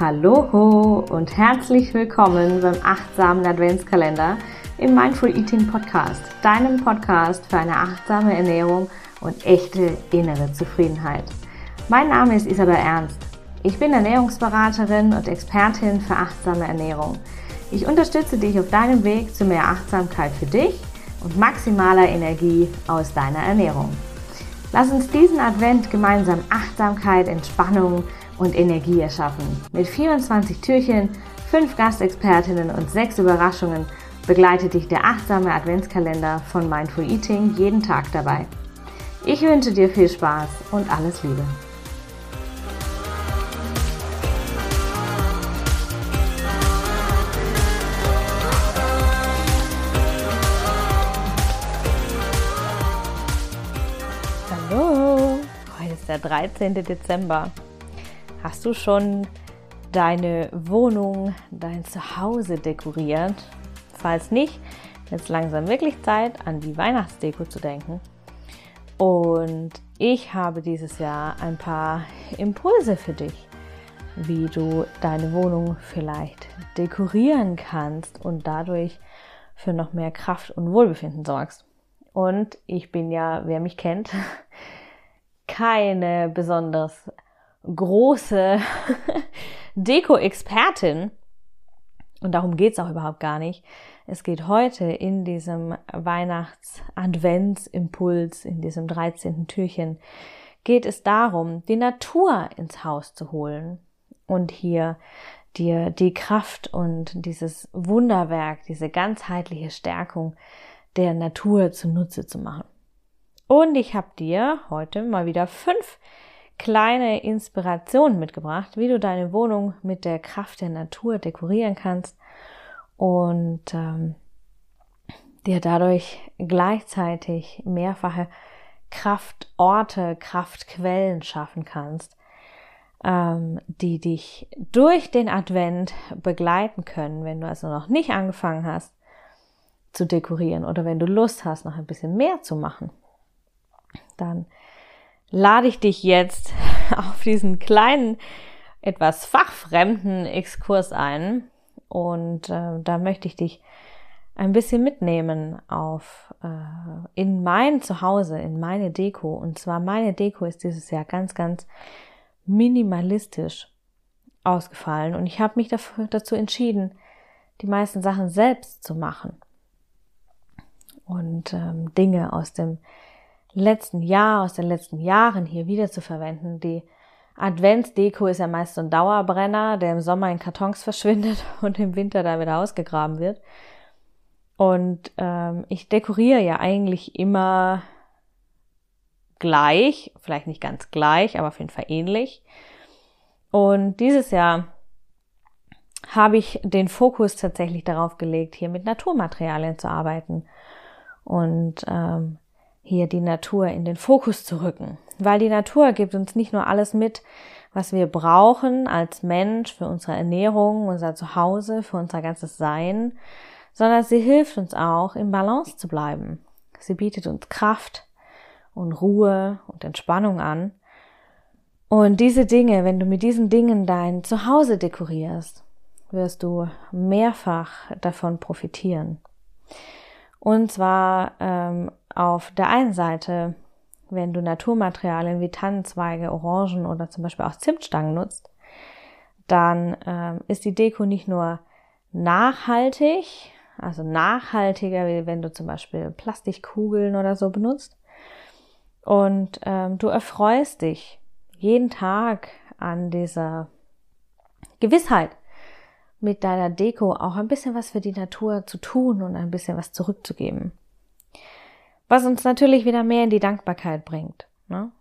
Hallo und herzlich willkommen beim achtsamen Adventskalender im Mindful Eating Podcast, deinem Podcast für eine achtsame Ernährung und echte innere Zufriedenheit. Mein Name ist Isabel Ernst. Ich bin Ernährungsberaterin und Expertin für achtsame Ernährung. Ich unterstütze dich auf deinem Weg zu mehr Achtsamkeit für dich und maximaler Energie aus deiner Ernährung. Lass uns diesen Advent gemeinsam Achtsamkeit, Entspannung und Energie erschaffen. Mit 24 Türchen, 5 Gastexpertinnen und 6 Überraschungen begleitet dich der achtsame Adventskalender von Mindful Eating jeden Tag dabei. Ich wünsche dir viel Spaß und alles Liebe. Hallo, heute ist der 13. Dezember. Hast du schon deine Wohnung, dein Zuhause dekoriert? Falls nicht, jetzt langsam wirklich Zeit, an die Weihnachtsdeko zu denken. Und ich habe dieses Jahr ein paar Impulse für dich, wie du deine Wohnung vielleicht dekorieren kannst und dadurch für noch mehr Kraft und Wohlbefinden sorgst. Und ich bin ja, wer mich kennt, keine besonders große Deko-Expertin. Und darum geht's auch überhaupt gar nicht. Es geht heute in diesem Weihnachts-Adventsimpuls, in diesem 13. Türchen, geht es darum, die Natur ins Haus zu holen und hier dir die Kraft und dieses Wunderwerk, diese ganzheitliche Stärkung der Natur zunutze zu machen. Und ich habe dir heute mal wieder 5 kleine Inspirationen mitgebracht, wie du deine Wohnung mit der Kraft der Natur dekorieren kannst und dir dadurch gleichzeitig mehrfache Kraftorte, Kraftquellen schaffen kannst, die dich durch den Advent begleiten können, wenn du also noch nicht angefangen hast zu dekorieren oder wenn du Lust hast, noch ein bisschen mehr zu machen. Dann lade ich dich jetzt auf diesen kleinen, etwas fachfremden Exkurs ein und da möchte ich dich ein bisschen mitnehmen in mein Zuhause, in meine Deko. Und zwar meine Deko ist dieses Jahr ganz, ganz minimalistisch ausgefallen und ich habe mich dazu entschieden, die meisten Sachen selbst zu machen und Dinge aus dem letzten Jahr, aus den letzten Jahren hier wieder zu verwenden. Die Adventsdeko ist ja meist so ein Dauerbrenner, der im Sommer in Kartons verschwindet und im Winter dann wieder ausgegraben wird. Und ich dekoriere ja eigentlich immer gleich, vielleicht nicht ganz gleich, aber auf jeden Fall ähnlich. Und dieses Jahr habe ich den Fokus tatsächlich darauf gelegt, hier mit Naturmaterialien zu arbeiten und hier die Natur in den Fokus zu rücken. Weil die Natur gibt uns nicht nur alles mit, was wir brauchen als Mensch für unsere Ernährung, unser Zuhause, für unser ganzes Sein, sondern sie hilft uns auch, im Balance zu bleiben. Sie bietet uns Kraft und Ruhe und Entspannung an. Und diese Dinge, wenn du mit diesen Dingen dein Zuhause dekorierst, wirst du mehrfach davon profitieren. Und zwar auf der einen Seite, wenn du Naturmaterialien wie Tannenzweige, Orangen oder zum Beispiel auch Zimtstangen nutzt, dann ist die Deko nicht nur nachhaltig, also nachhaltiger, wie wenn du zum Beispiel Plastikkugeln oder so benutzt. Und du erfreust dich jeden Tag an dieser Gewissheit, mit deiner Deko auch ein bisschen was für die Natur zu tun und ein bisschen was zurückzugeben. Was uns natürlich wieder mehr in die Dankbarkeit bringt, ne?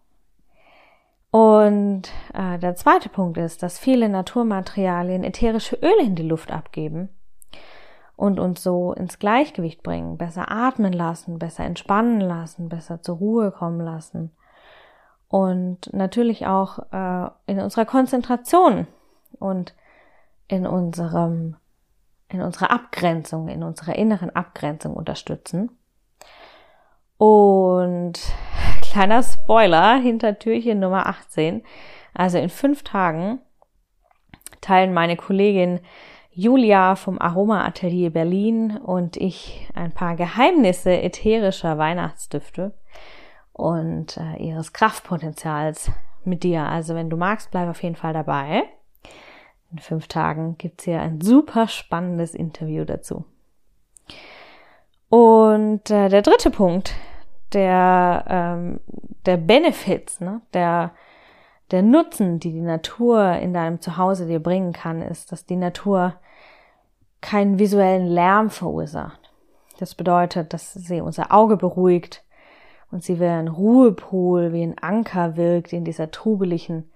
Und der zweite Punkt ist, dass viele Naturmaterialien ätherische Öle in die Luft abgeben und uns so ins Gleichgewicht bringen, besser atmen lassen, besser entspannen lassen, besser zur Ruhe kommen lassen. Und natürlich auch in unserer Konzentration und in unserer Abgrenzung, in unserer inneren Abgrenzung unterstützen. Und kleiner Spoiler hinter Türchen Nummer 18, also in 5 Tagen teilen meine Kollegin Julia vom Aroma Atelier Berlin und ich ein paar Geheimnisse ätherischer Weihnachtsdüfte und ihres Kraftpotenzials mit dir. Also wenn du magst, bleib auf jeden Fall dabei. In 5 Tagen gibt's hier ein super spannendes Interview dazu. Und der dritte Punkt, der Benefits, ne, der Nutzen, die die Natur in deinem Zuhause dir bringen kann, ist, dass die Natur keinen visuellen Lärm verursacht. Das bedeutet, dass sie unser Auge beruhigt und sie wie ein Ruhepol, wie ein Anker wirkt in dieser trubeligen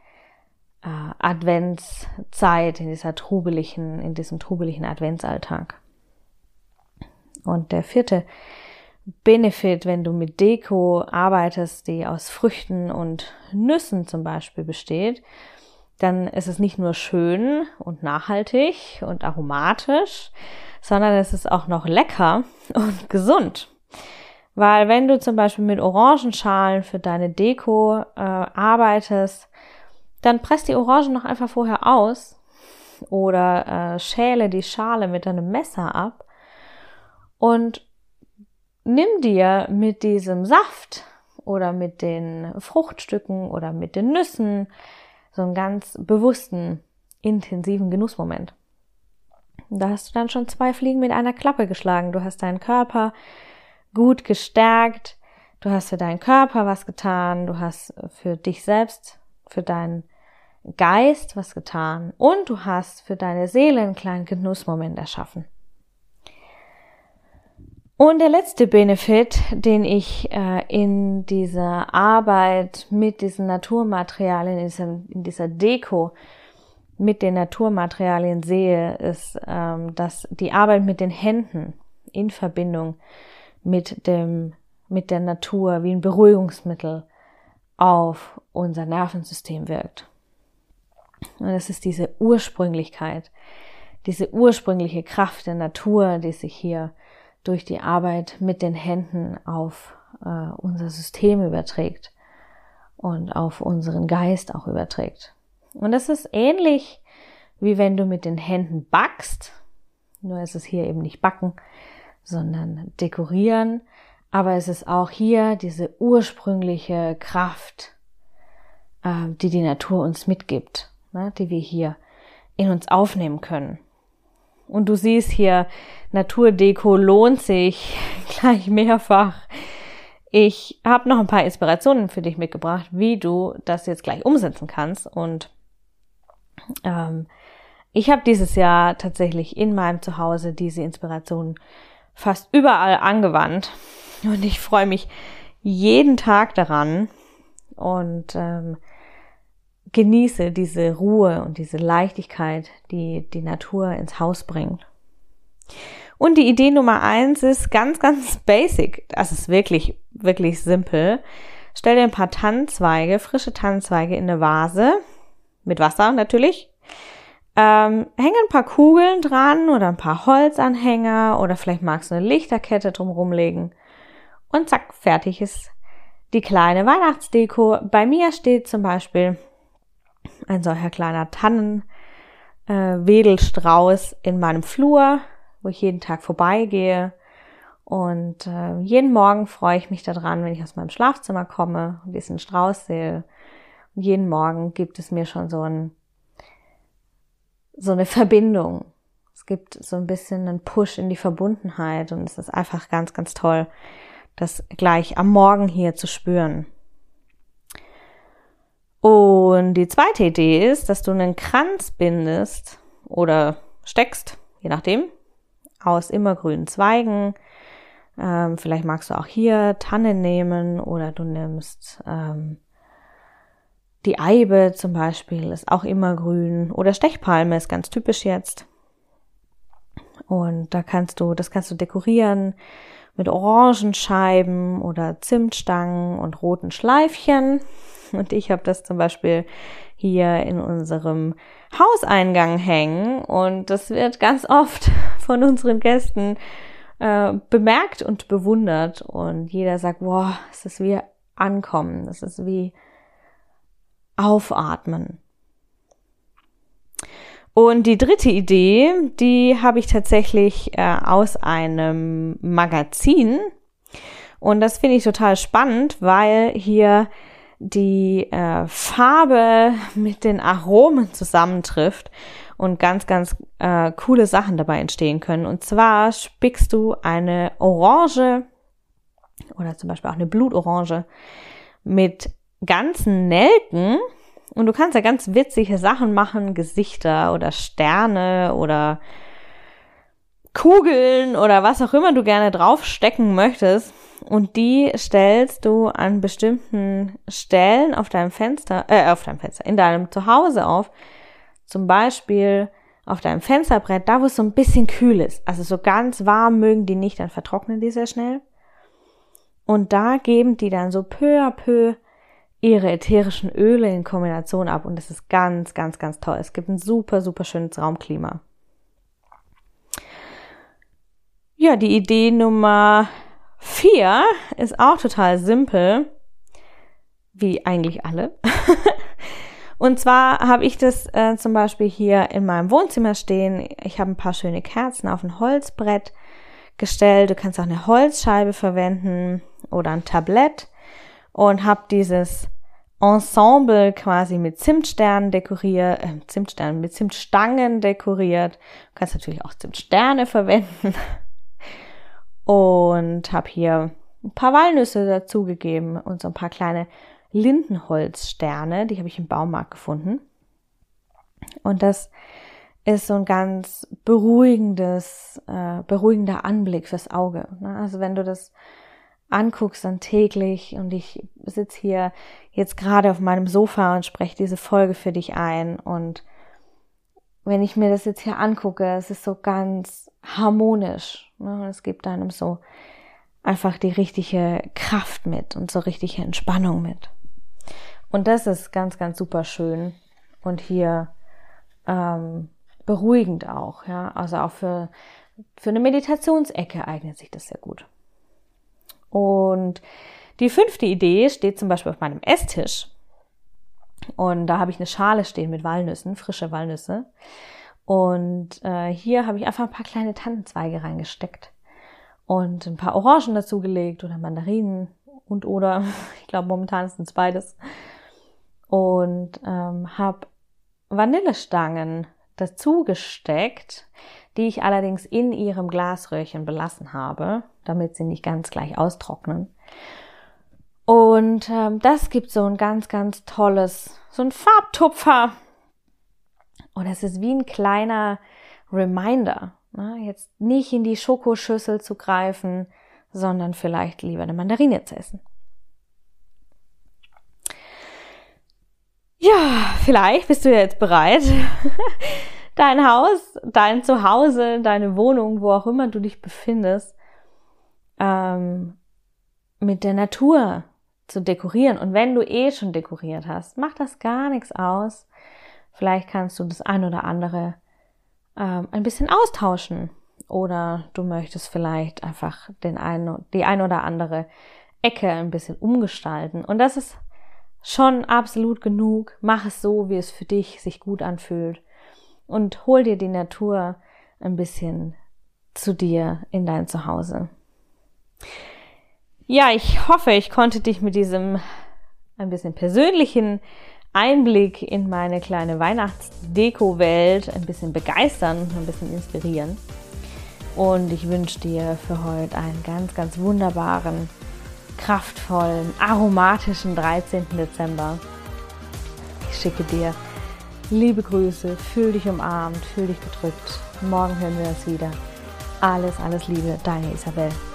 Adventszeit, in diesem trubeligen Adventsalltag. Und der vierte Benefit, wenn du mit Deko arbeitest, die aus Früchten und Nüssen zum Beispiel besteht, dann ist es nicht nur schön und nachhaltig und aromatisch, sondern es ist auch noch lecker und gesund. Weil wenn du zum Beispiel mit Orangenschalen für deine Deko arbeitest, dann presst die Orangen noch einfach vorher aus oder schäle die Schale mit deinem Messer ab und nimm dir mit diesem Saft oder mit den Fruchtstücken oder mit den Nüssen so einen ganz bewussten, intensiven Genussmoment. Da hast du dann schon 2 Fliegen mit einer Klappe geschlagen. Du hast deinen Körper gut gestärkt, du hast für deinen Körper was getan, du hast für dich selbst, für deinen Geist was getan und du hast für deine Seele einen kleinen Genussmoment erschaffen. Und der letzte Benefit, den ich in dieser Arbeit mit diesen Naturmaterialien, in dieser Deko mit den Naturmaterialien sehe, ist, dass die Arbeit mit den Händen in Verbindung mit der Natur wie ein Beruhigungsmittel auf unser Nervensystem wirkt. Und es ist diese Ursprünglichkeit, diese ursprüngliche Kraft der Natur, die sich hier durch die Arbeit mit den Händen auf unser System überträgt und auf unseren Geist auch überträgt. Und das ist ähnlich, wie wenn du mit den Händen backst, nur ist es hier eben nicht backen, sondern dekorieren, aber es ist auch hier diese ursprüngliche Kraft, die die Natur uns mitgibt, ne, die wir hier in uns aufnehmen können. Und du siehst hier, Naturdeko lohnt sich gleich mehrfach. Ich habe noch ein paar Inspirationen für dich mitgebracht, wie du das jetzt gleich umsetzen kannst. Und ich habe dieses Jahr tatsächlich in meinem Zuhause diese Inspirationen fast überall angewandt. Und ich freue mich jeden Tag daran und genieße diese Ruhe und diese Leichtigkeit, die die Natur ins Haus bringt. Und die Idee Nummer 1 ist ganz, ganz basic. Das ist wirklich, wirklich simpel. Stell dir ein paar Tannenzweige, frische Tannenzweige in eine Vase, mit Wasser natürlich. Hänge ein paar Kugeln dran oder ein paar Holzanhänger oder vielleicht magst du eine Lichterkette drumherum legen. Und zack, fertig ist die kleine Weihnachtsdeko. Bei mir steht zum Beispiel ein solcher kleiner Tannenwedelstrauß in meinem Flur, wo ich jeden Tag vorbeigehe. Und jeden Morgen freue ich mich daran, wenn ich aus meinem Schlafzimmer komme und diesen Strauß sehe. Und jeden Morgen gibt es mir schon so eine Verbindung. Es gibt so ein bisschen einen Push in die Verbundenheit und es ist einfach ganz, ganz toll, das gleich am Morgen hier zu spüren. Und die zweite Idee ist, dass du einen Kranz bindest oder steckst, je nachdem, aus immergrünen Zweigen. Vielleicht magst du auch hier Tanne nehmen oder du nimmst die Eibe zum Beispiel, ist auch immergrün, oder Stechpalme ist ganz typisch jetzt. Und das kannst du dekorieren mit Orangenscheiben oder Zimtstangen und roten Schleifchen. Und ich habe das zum Beispiel hier in unserem Hauseingang hängen und das wird ganz oft von unseren Gästen bemerkt und bewundert und jeder sagt, wow, es ist wie Ankommen, es ist wie Aufatmen. Und die dritte Idee, die habe ich tatsächlich aus einem Magazin. Und das finde ich total spannend, weil hier die Farbe mit den Aromen zusammentrifft und ganz, ganz coole Sachen dabei entstehen können. Und zwar spickst du eine Orange oder zum Beispiel auch eine Blutorange mit ganzen Nelken und du kannst ja ganz witzige Sachen machen, Gesichter oder Sterne oder Kugeln oder was auch immer du gerne draufstecken möchtest. Und die stellst du an bestimmten Stellen in deinem Zuhause auf. Zum Beispiel auf deinem Fensterbrett, da wo es so ein bisschen kühl ist. Also so ganz warm mögen die nicht, dann vertrocknen die sehr schnell. Und da geben die dann so peu à peu ihre ätherischen Öle in Kombination ab. Und das ist ganz, ganz, ganz toll. Es gibt ein super, super schönes Raumklima. Ja, die Idee Nummer 4 ist auch total simpel, wie eigentlich alle. Und zwar habe ich das zum Beispiel hier in meinem Wohnzimmer stehen. Ich habe ein paar schöne Kerzen auf ein Holzbrett gestellt. Du kannst auch eine Holzscheibe verwenden oder ein Tablett und habe dieses Ensemble quasi mit Zimtsternen dekoriert, mit Zimtstangen dekoriert. Du kannst natürlich auch Zimtsterne verwenden. Und habe hier ein paar Walnüsse dazugegeben und so ein paar kleine Lindenholzsterne, die habe ich im Baumarkt gefunden. Und das ist so ein ganz beruhigender Anblick fürs Auge. Also wenn du das anguckst dann täglich und ich sitze hier jetzt gerade auf meinem Sofa und spreche diese Folge für dich ein und wenn ich mir das jetzt hier angucke, es ist so ganz harmonisch. Ne? Es gibt einem so einfach die richtige Kraft mit und so richtige Entspannung mit. Und das ist ganz, ganz super schön und hier beruhigend auch. Ja? Also auch für eine Meditationsecke eignet sich das sehr gut. Und die 5. Idee steht zum Beispiel auf meinem Esstisch. Und da habe ich eine Schale stehen mit Walnüssen, frische Walnüsse. Und hier habe ich einfach ein paar kleine Tannenzweige reingesteckt und ein paar Orangen dazugelegt oder Mandarinen oder ich glaube momentan ist es beides. Und habe Vanillestangen dazu gesteckt, die ich allerdings in ihrem Glasröhrchen belassen habe, damit sie nicht ganz gleich austrocknen. Und das gibt so ein ganz, ganz tolles, so ein Farbtupfer. Und es ist wie ein kleiner Reminder, ne? Jetzt nicht in die Schokoschüssel zu greifen, sondern vielleicht lieber eine Mandarine zu essen. Ja, vielleicht bist du jetzt bereit, dein Haus, dein Zuhause, deine Wohnung, wo auch immer du dich befindest, mit der Natur zu dekorieren. Und wenn du schon dekoriert hast, macht das gar nichts aus. Vielleicht kannst du das ein oder andere ein bisschen austauschen. Oder du möchtest vielleicht einfach die ein oder andere Ecke ein bisschen umgestalten. Und das ist schon absolut genug. Mach es so, wie es für dich sich gut anfühlt. Und hol dir die Natur ein bisschen zu dir in dein Zuhause. Ja, ich hoffe, ich konnte dich mit diesem ein bisschen persönlichen Einblick in meine kleine Weihnachtsdeko-Welt ein bisschen begeistern, ein bisschen inspirieren. Und ich wünsche dir für heute einen ganz, ganz wunderbaren, kraftvollen, aromatischen 13. Dezember. Ich schicke dir liebe Grüße, fühl dich umarmt, fühl dich gedrückt. Morgen hören wir uns wieder. Alles, alles Liebe, deine Isabel.